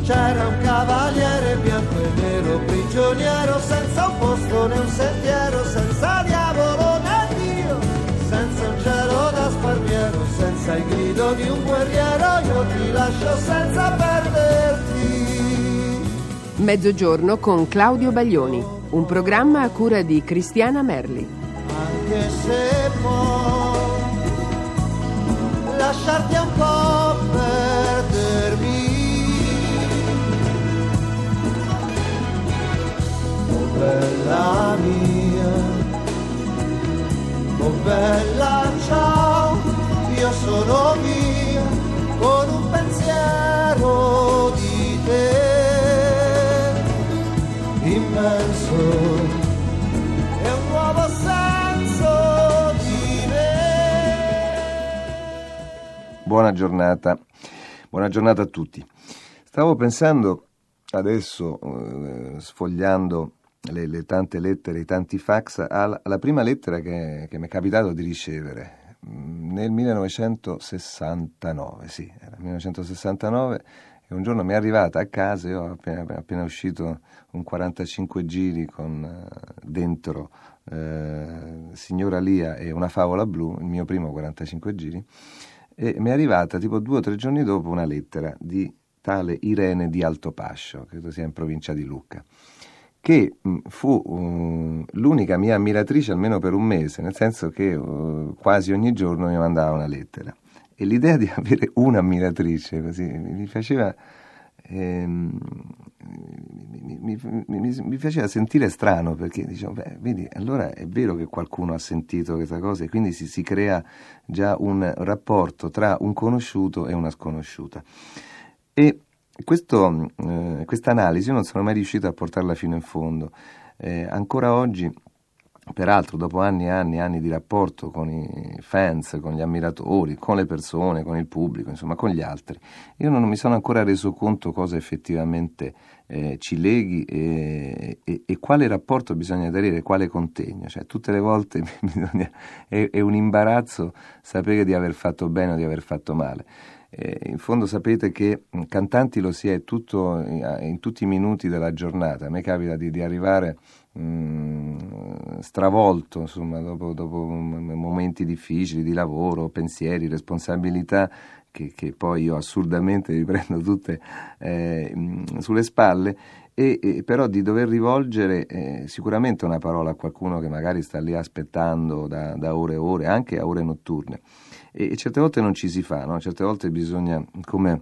C'era un cavaliere bianco e nero, prigioniero, senza un posto né un sentiero, senza diavolo né Dio, senza un cielo da sparviero, senza il grido di un guerriero, io ti lascio senza perderti. Mezzogiorno con Claudio Baglioni, un programma a cura di Cristiana Merli. Anche se può lasciarti un po' perdermi. Bella mia, oh bella ciao, io sono via con un pensiero di te, immenso, e un nuovo senso di me. Buona giornata a tutti. Stavo pensando adesso, sfogliando le tante lettere, i tanti fax, alla prima lettera che mi è capitato di ricevere nel 1969, sì, era 1969, e un giorno mi è arrivata a casa. Io ho appena uscito un 45 giri con dentro Signora Lia e una favola blu, il mio primo 45 giri, e mi è arrivata tipo 2 o 3 giorni dopo una lettera di tale Irene di Altopascio, credo sia in provincia di Lucca, che fu l'unica mia ammiratrice almeno per un mese, nel senso che quasi ogni giorno mi mandava una lettera, e l'idea di avere un'ammiratrice così mi faceva mi faceva sentire strano, perché dicevo, beh, vedi, allora è vero che qualcuno ha sentito questa cosa, e quindi si crea già un rapporto tra un conosciuto e una sconosciuta. E questa analisi io non sono mai riuscito a portarla fino in fondo. Ancora oggi, peraltro, dopo anni e anni e anni di rapporto con i fans, con gli ammiratori, con le persone, con il pubblico, insomma con gli altri, io non mi sono ancora reso conto cosa effettivamente ci leghi e quale rapporto bisogna tenere, quale contegno. Cioè, tutte le volte è un imbarazzo sapere di aver fatto bene o di aver fatto male. In fondo sapete che cantanti lo si è in tutti i minuti della giornata. A me capita di arrivare stravolto, insomma, dopo momenti difficili di lavoro, pensieri, responsabilità che poi io assurdamente mi prendo tutte sulle spalle, e però di dover rivolgere sicuramente una parola a qualcuno che magari sta lì aspettando da ore e ore, anche a ore notturne. E certe volte non ci si fa, no? Certe volte bisogna come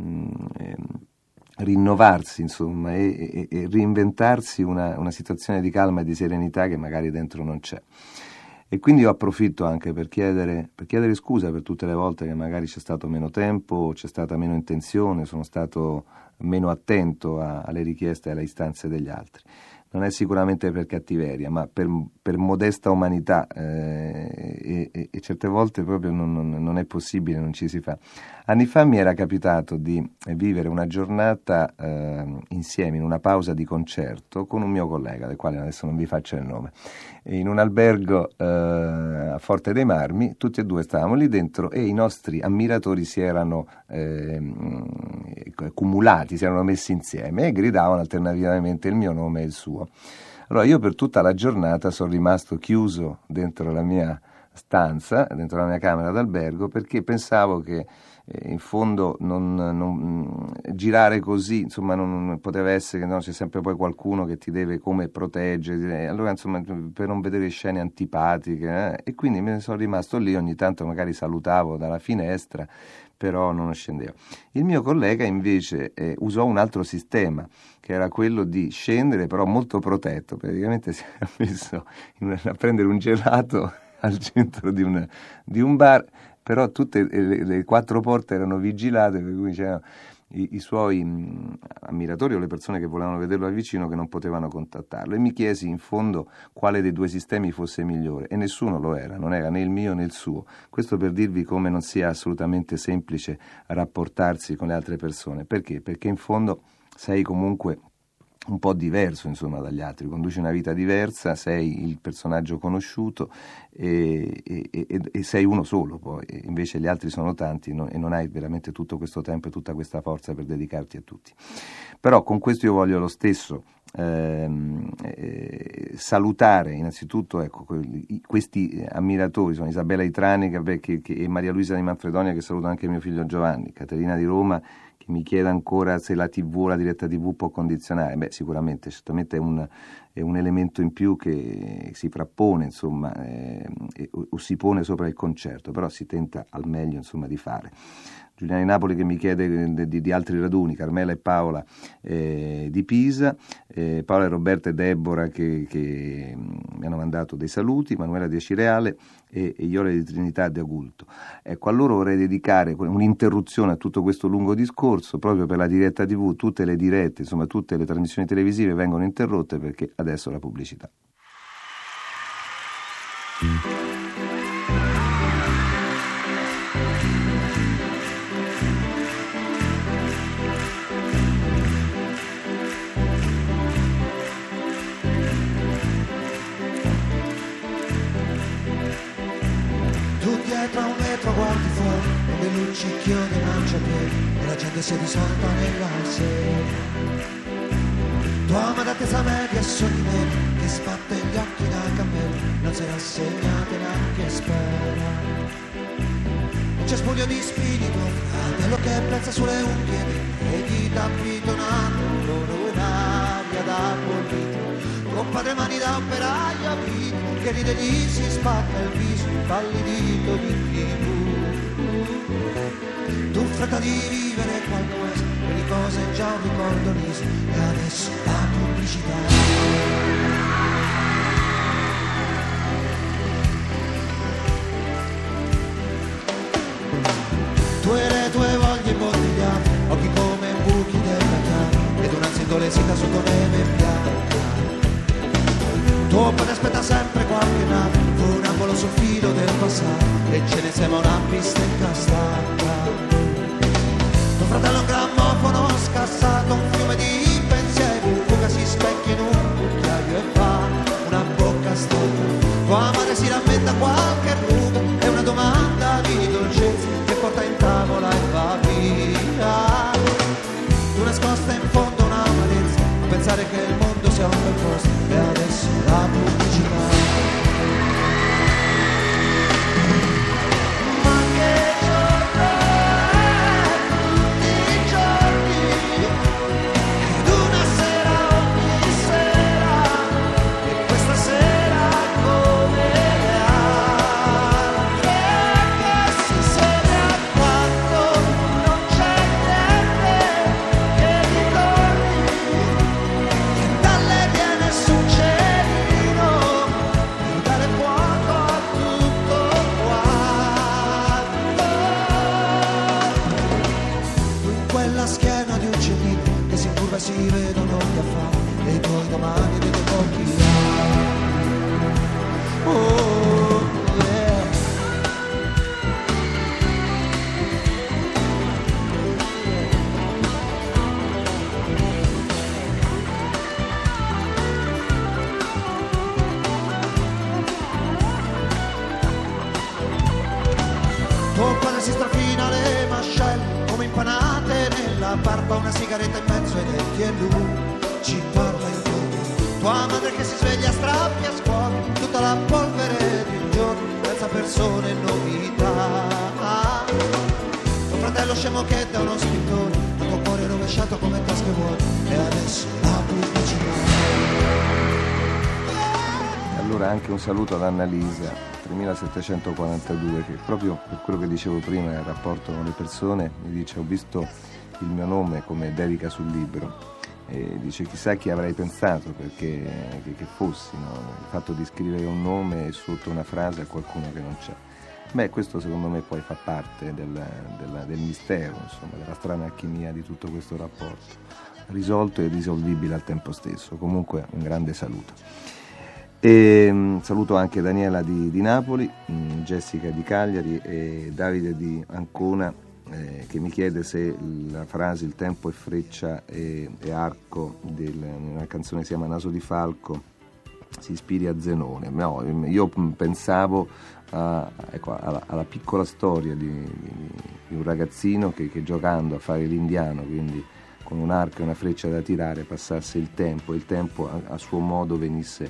rinnovarsi, insomma, e reinventarsi una situazione di calma e di serenità che magari dentro non c'è. E quindi io approfitto anche per chiedere scusa per tutte le volte che magari c'è stato meno tempo, c'è stata meno intenzione, sono stato meno attento alle richieste e alle istanze degli altri. Non è sicuramente per cattiveria, ma per modesta umanità, e certe volte proprio non è possibile, non ci si fa. Anni fa mi era capitato di vivere una giornata insieme, in una pausa di concerto, con un mio collega, del quale adesso non vi faccio il nome, in un albergo a Forte dei Marmi. Tutti e due stavamo lì dentro e i nostri ammiratori si erano cumulati, si erano messi insieme e gridavano alternativamente il mio nome e il suo. Allora io per tutta la giornata sono rimasto chiuso dentro la mia stanza, dentro la mia camera d'albergo, perché pensavo che in fondo non girare così, insomma, non poteva essere che no, c'è sempre poi qualcuno che ti deve come proteggere, allora insomma per non vedere scene antipatiche, e quindi me ne sono rimasto lì. Ogni tanto magari salutavo dalla finestra, però non scendevo. Il mio collega invece usò un altro sistema, che era quello di scendere però molto protetto. Praticamente si era messo a prendere un gelato al centro di un bar, però tutte le 4 porte erano vigilate, per cui c'erano i suoi ammiratori o le persone che volevano vederlo da vicino che non potevano contattarlo. E mi chiesi in fondo quale dei 2 sistemi fosse migliore, e nessuno lo era, non era né il mio né il suo. Questo per dirvi come non sia assolutamente semplice rapportarsi con le altre persone. Perché? Perché in fondo sei comunque un po' diverso, insomma, dagli altri, conduci una vita diversa, sei il personaggio conosciuto e sei uno solo poi, e invece gli altri sono tanti e non hai veramente tutto questo tempo e tutta questa forza per dedicarti a tutti. Però con questo io voglio lo stesso salutare innanzitutto, ecco, questi ammiratori, sono Isabella Itrani e Maria Luisa di Manfredonia, che saluto anche mio figlio Giovanni, Caterina di Roma, che mi chiede ancora se la TV, la diretta TV può condizionare. Sicuramente, certamente è un elemento in più che si frappone, insomma, o si pone sopra il concerto, però si tenta al meglio, insomma, di fare. Giuliana di Napoli che mi chiede di altri raduni, Carmela e Paola di Pisa, Paola e Roberta e Deborah che mi hanno mandato dei saluti, Manuela di Acireale e Iole di Trinità di Agulto. Ecco, a loro vorrei dedicare un'interruzione a tutto questo lungo discorso, proprio per la diretta TV. Tutte le dirette, insomma tutte le trasmissioni televisive vengono interrotte perché adesso la pubblicità. Dietro a un metro guardi fuori, come luccichio di mangiapiede, e la gente si è dissolta nella sera. Tua madre attesa media su di me, che sbatte gli occhi da cammino, non si è rassegnata neanche spera. Un cespuglio di spirito, fratello che pensa sulle unghie, e chi t'ha pitonato, loro un'aria da bollito. Padre mani da operaio che ride gli si spacca il viso impallidito di TV. Tu fretta di vivere qualcosa, quelle cose già un ricordo liso, e adesso la pubblicità. Tu e le tue voglie imbottigliate, occhi come buchi della chiave, ed un'ansia indolesita sotto neve bianca. Tuo padre aspetta sempre qualche nave, un angolo sul filo del passato, e ce ne sembra una pista incastata. Tuo fratello è un grammofono scassato, un fiume di pensieri, fuga si specchia in un cucchiaio e fa una bocca storta. Tua madre si rammenta qualche ruga, è una domanda di dolcezza che porta in tavola e va via. Tu nascosta in fondo una amarezza, a pensare che il mondo sia un bel posto, e adesso la pubblicità. Ma che giorno è, tutti i giorni, ed una sera ogni sera, e questa sera come le altre, che si siede accanto, non c'è niente che ritorni, che dalle viene succedino, per dare fuoco a tutto quanto. Tu in quella schiena di uccellino che si curva e si vedono gli affari, e i tuoi domani dei tuoi pochi anni. Oh, yeah. Tuo padre si strafina le mascelle come impanate nella barba, una sigaretta in mezzo ai denti e lui ci parla intorno. Tua madre che si sveglia a strappi a scuola, tutta la polvere di un giorno, senza persone e novità. Tuo fratello scemo che da uno scrittore, il tuo cuore rovesciato come tasche vuote, e adesso la pubblicità. Allora anche un saluto ad Annalisa, 3742, che proprio per quello che dicevo prima, nel rapporto con le persone, mi dice: ho visto il mio nome come dedica sul libro, e dice chissà chi avrei pensato perché che fossi, no? Il fatto di scrivere un nome e sotto una frase a qualcuno che non c'è. Questo secondo me poi fa parte del mistero, insomma, della strana alchimia di tutto questo rapporto, risolto e irrisolvibile al tempo stesso. Comunque un grande saluto. E saluto anche Daniela di Napoli, Jessica di Cagliari e Davide di Ancona, che mi chiede se la frase "il tempo è freccia e arco" una canzone che si chiama Naso di Falco si ispiri a Zenone. No, io pensavo alla piccola storia di un ragazzino che giocando a fare l'indiano, quindi con un arco e una freccia da tirare, passasse il tempo a suo modo venisse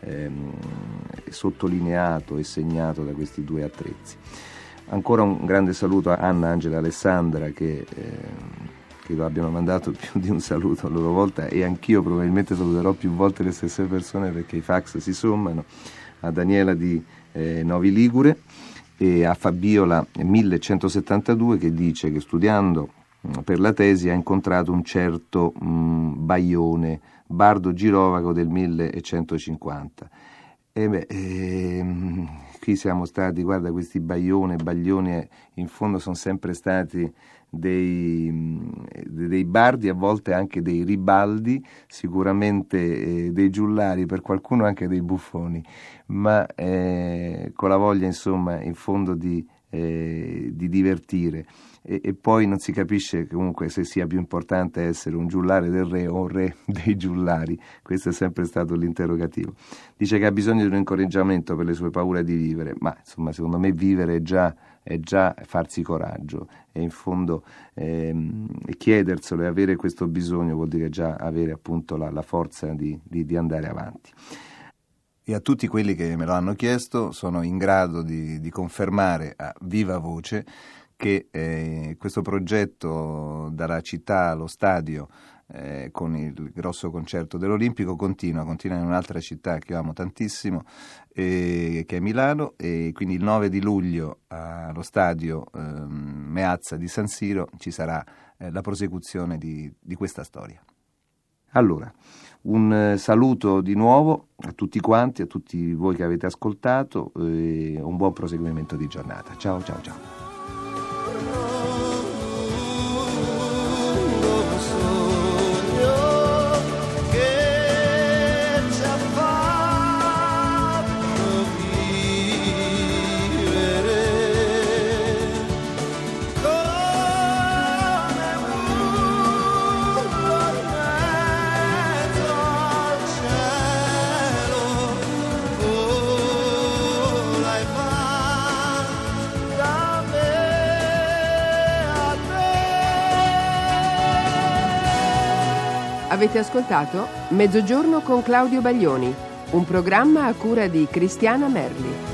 sottolineato e segnato da questi due attrezzi. Ancora un grande saluto a Anna, Angela e Alessandra che abbiano mandato più di un saluto a loro volta, e anch'io probabilmente saluterò più volte le stesse persone perché i fax si sommano, a Daniela di Novi Ligure e a Fabiola 1172 che dice che studiando per la tesi ha incontrato un certo Baione, bardo girovago del 1150. Qui siamo stati, guarda, questi Baglioni in fondo sono sempre stati dei bardi, a volte anche dei ribaldi, sicuramente dei giullari, per qualcuno anche dei buffoni, ma con la voglia, insomma, in fondo di divertire. E poi non si capisce comunque se sia più importante essere un giullare del re o un re dei giullari. Questo è sempre stato l'interrogativo. Dice che ha bisogno di un incoraggiamento per le sue paure di vivere, ma insomma secondo me vivere è già farsi coraggio, e in fondo chiederselo e avere questo bisogno vuol dire già avere appunto la forza di andare avanti. E a tutti quelli che me lo hanno chiesto sono in grado di confermare a viva voce che questo progetto dalla città allo stadio con il grosso concerto dell'Olimpico continua in un'altra città che io amo tantissimo, che è Milano, e quindi il 9 di luglio allo stadio Meazza di San Siro ci sarà la prosecuzione di questa storia. Allora, un saluto di nuovo a tutti quanti, a tutti voi che avete ascoltato, e un buon proseguimento di giornata. Ciao ciao ciao. Avete ascoltato Mezzogiorno con Claudio Baglioni, un programma a cura di Cristiana Merli.